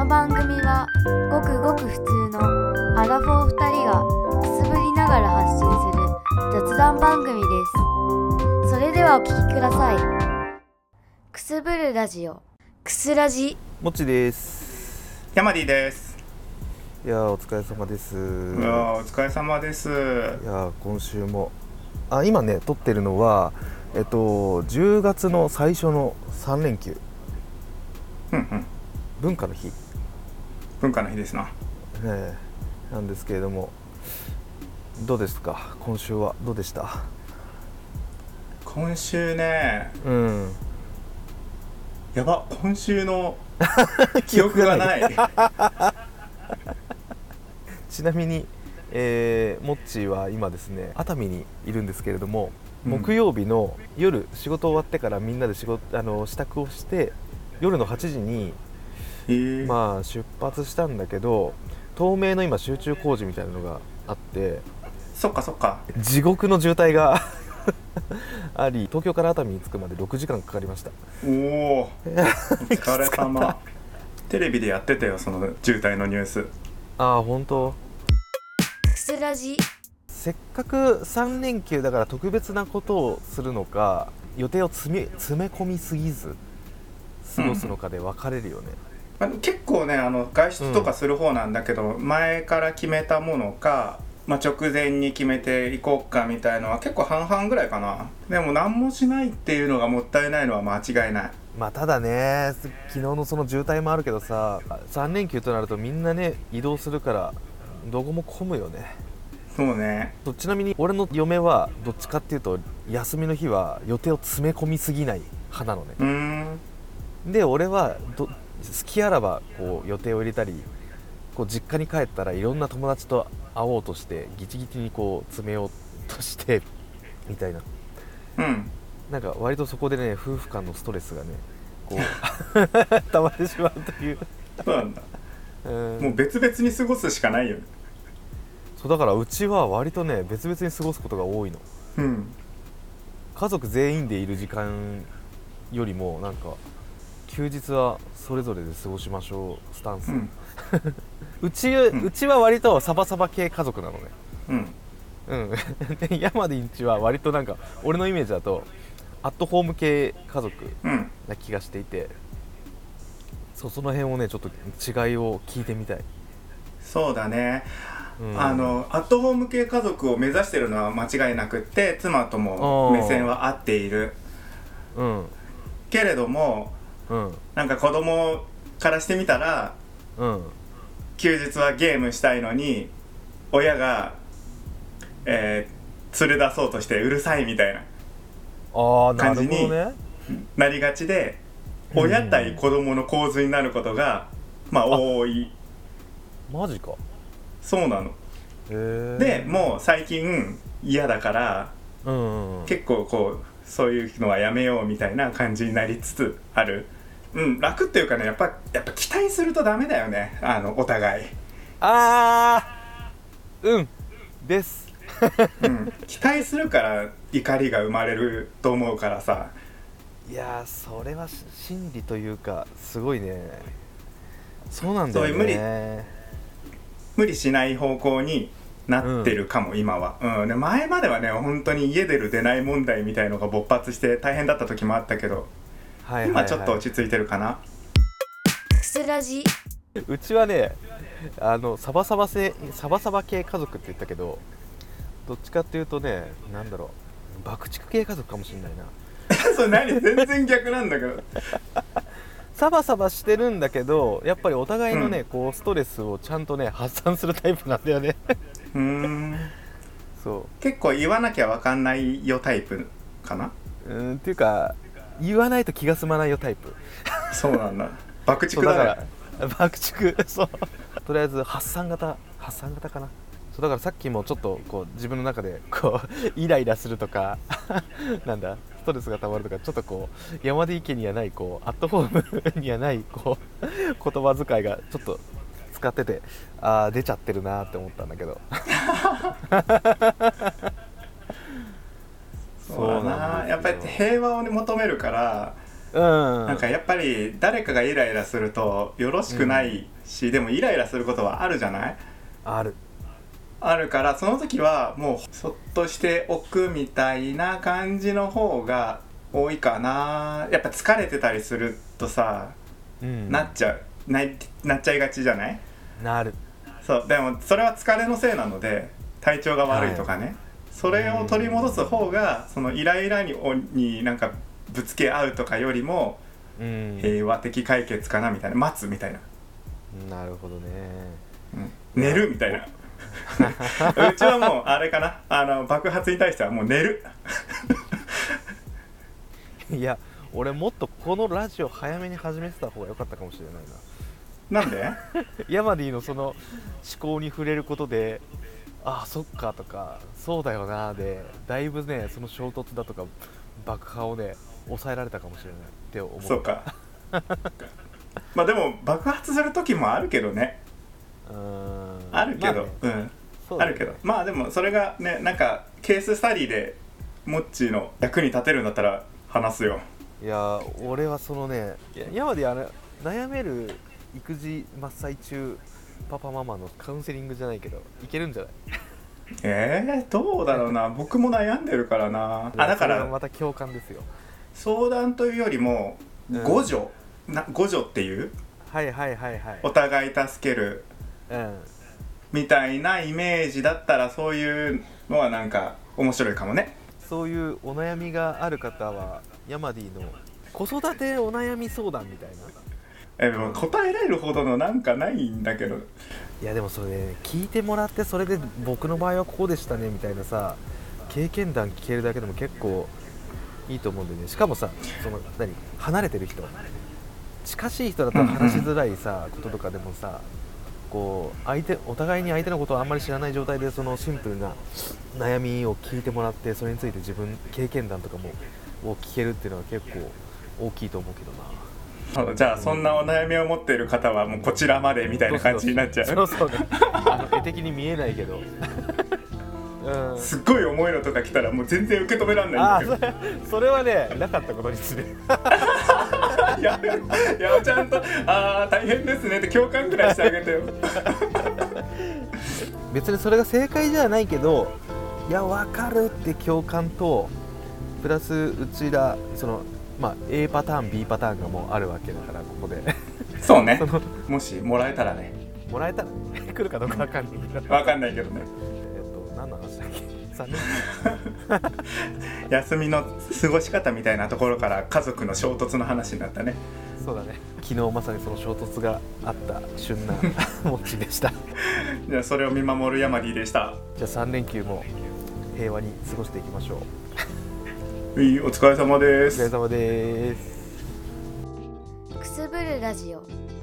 番組はごくごく普通のアラフォー2人がくすぶりながら発信する雑談番組です。それではお聞きください。くすぶるラジオ、くすラジ。 もっちです。 ヤマディです。 いやお疲れ様です。 お疲れ様です。 いや今週も今ね撮ってるのは10月の最初の3連休、文化の日ですな、 なんですけれども、どうですか、今週はどうでした？ 今週ね、 うんやば、今週の記憶がないちなみに、モッチーは今ですね熱海にいるんですけれども、木曜日の夜仕事終わってからみんなで支度をして夜の8時に、出発したんだけど、東名の今集中工事みたいなのがあって、 そっか地獄の渋滞があり、東京から熱海に着くまで6時間かかりました。 お疲れ様テレビでやってたよ、その渋滞のニュース。 本当。 くすラジ。 せっかく3連休だから特別なことをするのか、予定を詰め込みすぎず過ごすのかで分かれるよね。 結構ね、外出とかする方なんだけど、前から決めたものか、直前に決めていこうかみたいのは結構半々ぐらいかな。でも何もしないっていうのがもったいないのは間違いない。 ただね、昨日のその渋滞もあるけどさ、3連休となるとみんなね移動するからどこも混むよね。 そうね。 ちなみに俺の嫁はどっちかっていうと休みの日は予定を詰め込みすぎない派なのね。で俺は好きあらばこう予定を入れたり、こう実家に帰ったらいろんな友達と会おうとしてギチギチにこう詰めようとしてみたいな、なんか割とそこでね夫婦間のストレスがねこう溜まってしまうという。 そうなんだ。もう別々に過ごすしかないよね。 そうだからうちは割とね別々に過ごすことが多いの。家族全員でいる時間よりもなんか休日はそれぞれで過ごしましょうスタンス、うちは割とサバサバ系家族なのね。で山でんちは割となんか俺のイメージだとアットホーム系家族な気がしていて、その辺をねちょっと違いを聞いてみたい。 そうだね、アットホーム系家族を目指してるのは間違いなくって、妻とも目線は合っている、けれども、なんか子供からしてみたら、休日はゲームしたいのに親が、連れ出そうとしてうるさいみたいな感じになりがちで、親対子供の構図になることが多い。 マジか。 そうなの。でもう最近嫌だから、結構こうそういうのはやめようみたいな感じになりつつある。楽っていうかね、やっぱ期待するとダメだよね、お互い。 です、 期待するから怒りが生まれると思うからさ。 いやそれは心理というかすごいね。そうなんだよね。 無理しない方向になってるかも、今は。で前まではね本当に家出る出ない問題みたいのが勃発して大変だった時もあったけど、今ちょっと落ち着いてるかな。 くすラジ。 うちはねサバサバ系家族って言ったけど、どっちかっていうとね、なんだろう、爆竹系家族かもしれないな。 それ何？全然逆なんだけどサバサバしてるんだけど、やっぱりお互いのね、こうストレスをちゃんとね発散するタイプなんだよね。そう結構言わなきゃ分かんないよタイプかな。 っていうか言わないと気が済まないよタイプ。 そうなんだ。爆竹だね。 爆竹、そうとりあえず発散型かな。そうだからさっきもちょっとこう自分の中でこうイライラするとかなんだストレスがたまるとか、ちょっとこう山田家にはないこうアットホームにはないこう言葉遣いがちょっと使ってて、出ちゃってるなって思ったんだけどそうだな、やっぱり平和を求めるから、 なんかやっぱり誰かがイライラするとよろしくないし、でもイライラすることはあるじゃない？あるから、その時はもうそっとしておくみたいな感じの方が多いかな。やっぱ疲れてたりするとさ、なっちゃいがちじゃない？ なる。 そう、でもそれは疲れのせいなので、体調が悪いとかね、それを取り戻す方がそのイライラになんかぶつけ合うとかよりも平和的解決かなみたいな、待つみたいな。 なるほどね、 寝るみたいなうちはもうあれかな、爆発に対してはもう寝るいや俺もっとこのラジオ早めに始めてた方が良かったかもしれないな。 なんでヤマディのその思考に触れることで、ああそっかとかそうだよなでだいぶね、その衝突だとか爆破をね抑えられたかもしれないって思う。 そうかまあでも爆発する時もあるけどね。あるけど、まあね、あるけど、まあでもそれがね、なんかケーススタディでモッチーの役に立てるんだったら話すよ。 いや俺はそのね、ヤマディ悩める育児真っ最中パパママのカウンセリングじゃないけどいけるんじゃない？ どうだろうな僕も悩んでるからな。だからまた共感ですよ。 相談というよりも互助、互助っていうお互い助ける、みたいなイメージだったら、そういうのはなんか面白いかもね。 そういうお悩みがある方はヤマディの子育てお悩み相談みたいな、 でも答えられるほどのなんかないんだけど。 いやでもそれ、ね、聞いてもらって、それで僕の場合はこうでしたねみたいなさ、経験談聞けるだけでも結構いいと思うんでね。しかもさ、その離れてる人、近しい人だと話しづらいさ、こととかでもさ、こうお互いに相手のことをあんまり知らない状態でそのシンプルな悩みを聞いてもらって、それについて自分経験談とかもを聞けるっていうのは結構大きいと思うけどな。 じゃあそんなお悩みを持っている方はもうこちらまでみたいな感じになっちゃう。 そうね絵的に見えないけどすっごい重いのとか来たらもう全然受け止められないんだけど。 それはねなかったことにするいやちゃんと大変ですねって共感くらいしてあげてよ別にそれが正解じゃないけど、いや分かるって共感とプラスうちらそのA パターン B パターンがもうあるわけだから、ここでそうねもしもらえたらね、 もらえたら来るかどうか分かんないけど分かんないけどね。 何の話だっけ休みの過ごし方みたいなところから家族の衝突の話になったね。 そうだね、昨日まさにその衝突があった旬なモッチーでしたじゃあそれを見守るヤマディでした。 じゃあ3連休も平和に過ごしていきましょう。 お疲れ様です。 お疲れ様です。 くすぶるラジオ。